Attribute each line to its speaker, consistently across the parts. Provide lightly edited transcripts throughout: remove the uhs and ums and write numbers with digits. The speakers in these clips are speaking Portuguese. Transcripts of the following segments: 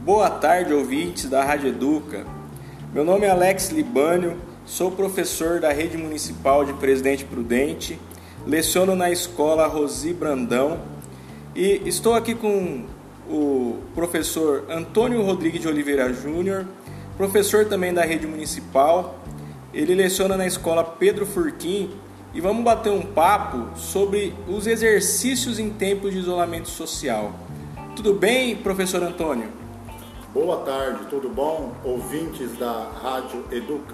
Speaker 1: Boa tarde, ouvintes da Rádio Educa. Meu nome é Alex Libânio, sou professor da Rede Municipal de Presidente Prudente, leciono na Escola Rosi Brandão e estou aqui com o professor Antônio Rodrigues de Oliveira Júnior, professor também da Rede Municipal. Ele leciona na Escola Pedro Furquim e vamos bater um papo sobre os exercícios em tempos de isolamento social. Tudo bem, professor Antônio?
Speaker 2: Boa tarde, tudo bom? Ouvintes da Rádio Educa.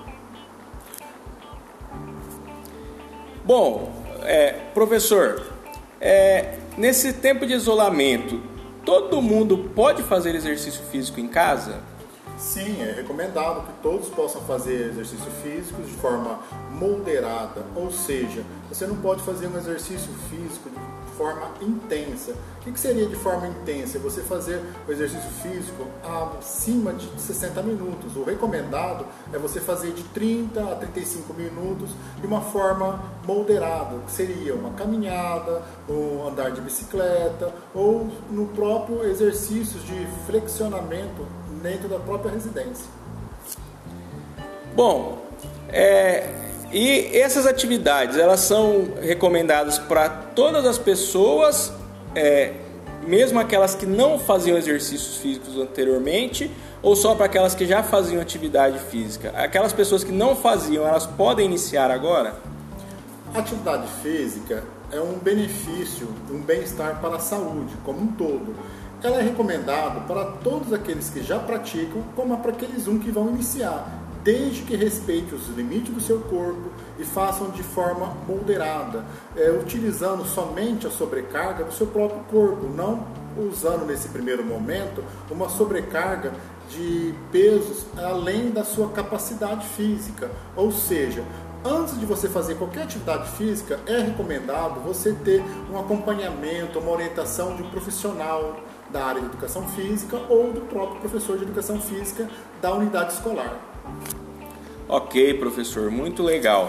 Speaker 1: Bom, professor, nesse tempo de isolamento, todo mundo pode fazer exercício físico em casa?
Speaker 2: Sim, é recomendado que todos possam fazer exercício físico de forma moderada, ou seja, você não pode fazer um exercício físico de forma intensa. O que seria de forma intensa? Você fazer o exercício físico acima de 60 minutos. O recomendado é você fazer de 30 a 35 minutos de uma forma moderada, que seria uma caminhada, um andar de bicicleta ou no próprio exercícios de flexionamento dentro da própria residência.
Speaker 1: Bom, e essas atividades, elas são recomendadas para todas as pessoas, mesmo aquelas que não faziam exercícios físicos anteriormente, ou só para aquelas que já faziam atividade física? Aquelas pessoas que não faziam, elas podem iniciar agora?
Speaker 2: A atividade física é um benefício, um bem-estar para a saúde como um todo. Ela é recomendada para todos aqueles que já praticam, como para aqueles que vão iniciar, desde que respeite os limites do seu corpo e façam de forma moderada, utilizando somente a sobrecarga do seu próprio corpo, não usando nesse primeiro momento uma sobrecarga de pesos além da sua capacidade física. Ou seja, antes de você fazer qualquer atividade física, é recomendado você ter um acompanhamento, uma orientação de um profissional da área de educação física ou do próprio professor de educação física da unidade escolar.
Speaker 1: Ok, professor, muito legal.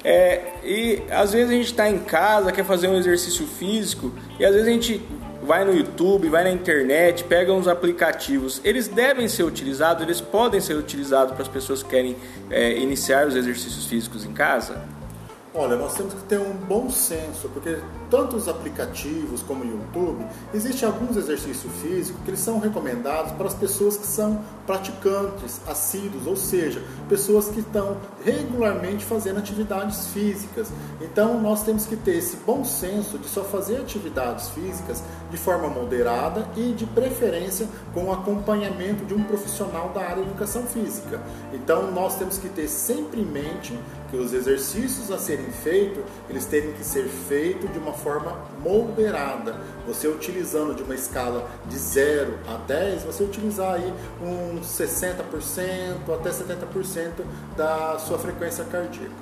Speaker 1: E às vezes a gente está em casa, quer fazer um exercício físico e às vezes a gente vai no YouTube, vai na internet, pega uns aplicativos. Eles devem ser utilizados, eles podem ser utilizados para as pessoas que querem iniciar os exercícios físicos em casa?
Speaker 2: Olha, nós temos que ter um bom senso, porque tanto os aplicativos como o YouTube, existem alguns exercícios físicos que eles são recomendados para as pessoas que são praticantes, assíduos, ou seja, pessoas que estão regularmente fazendo atividades físicas. Então, nós temos que ter esse bom senso de só fazer atividades físicas de forma moderada e, de preferência, com o acompanhamento de um profissional da área de educação física. Então, nós temos que ter sempre em mente que os exercícios a serem feitos, eles têm que ser feitos de uma forma moderada. Você utilizando de uma escala de 0 a 10, você utilizar aí uns 60% até 70% da sua frequência cardíaca.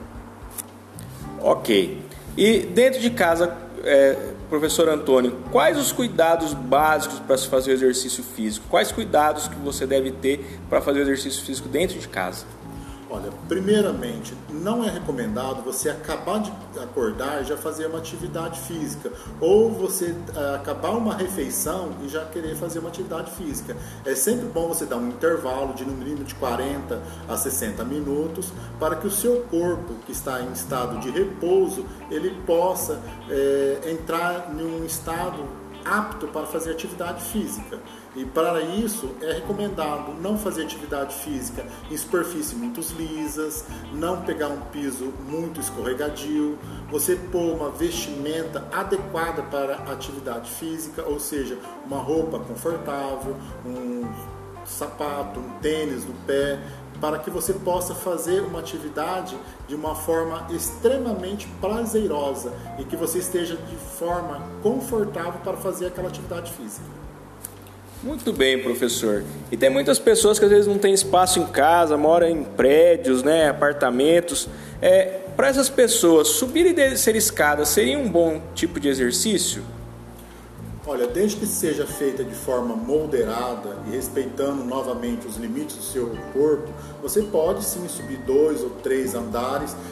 Speaker 1: Ok. E dentro de casa, professor Antônio, quais os cuidados básicos para se fazer o exercício físico? Quais cuidados que você deve ter para fazer o exercício físico dentro de casa?
Speaker 2: Olha, primeiramente, não é recomendado você acabar de acordar e já fazer uma atividade física, ou você acabar uma refeição e já querer fazer uma atividade física. É sempre bom você dar um intervalo de no mínimo de 40 a 60 minutos para que o seu corpo, que está em estado de repouso, ele possa entrar em um estado apto para fazer atividade física. E para isso é recomendado não fazer atividade física em superfícies muito lisas, não pegar um piso muito escorregadio, você pôr uma vestimenta adequada para a atividade física, ou seja, uma roupa confortável, um sapato, um tênis no pé, para que você possa fazer uma atividade de uma forma extremamente prazerosa e que você esteja de forma confortável para fazer aquela atividade física.
Speaker 1: Muito bem, professor. E tem muitas pessoas que às vezes não têm espaço em casa, moram em prédios, apartamentos. Para essas pessoas, subir e descer escadas seria um bom tipo de exercício?
Speaker 2: Olha, desde que seja feita de forma moderada e respeitando novamente os limites do seu corpo, você pode sim subir 2 ou 3 andares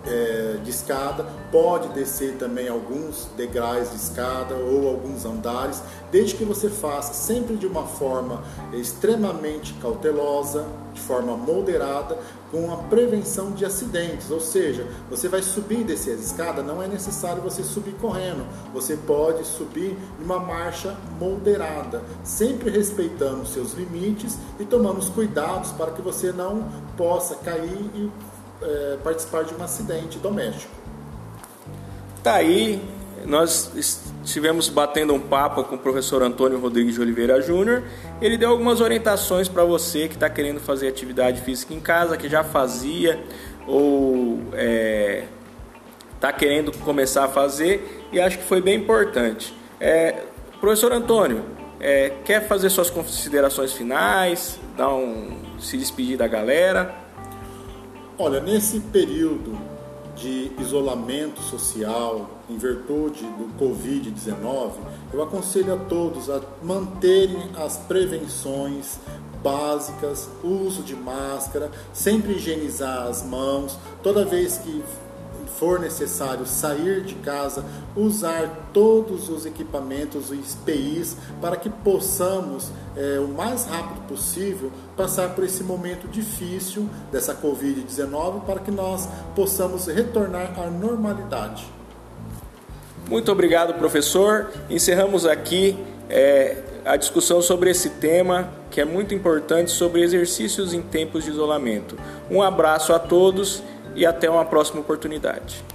Speaker 2: de escada, pode descer também alguns degraus de escada ou alguns andares, desde que você faça sempre de uma forma extremamente cautelosa, de forma moderada, com a prevenção de acidentes. Ou seja, você vai subir e descer a escada, não é necessário você subir correndo, você pode subir em uma marcha moderada, sempre respeitando os seus limites e tomando os cuidados para que você não possa cair e participar de um acidente doméstico.
Speaker 1: Tá aí, nós estivemos batendo um papo com o professor Antônio Rodrigues de Oliveira Júnior. Ele deu algumas orientações para você que está querendo fazer atividade física em casa, que já fazia ou está querendo começar a fazer, e acho que foi bem importante. Professor Antônio, quer fazer suas considerações finais, se despedir da galera?
Speaker 2: Olha, nesse período de isolamento social, em virtude do Covid-19, eu aconselho a todos a manterem as prevenções básicas, uso de máscara, sempre higienizar as mãos, toda vez que for necessário sair de casa, usar todos os equipamentos, os EPIs, para que possamos, o mais rápido possível, passar por esse momento difícil dessa Covid-19, para que nós possamos retornar à normalidade.
Speaker 1: Muito obrigado, professor. Encerramos aqui a discussão sobre esse tema, que é muito importante, sobre exercícios em tempos de isolamento. Um abraço a todos e até uma próxima oportunidade.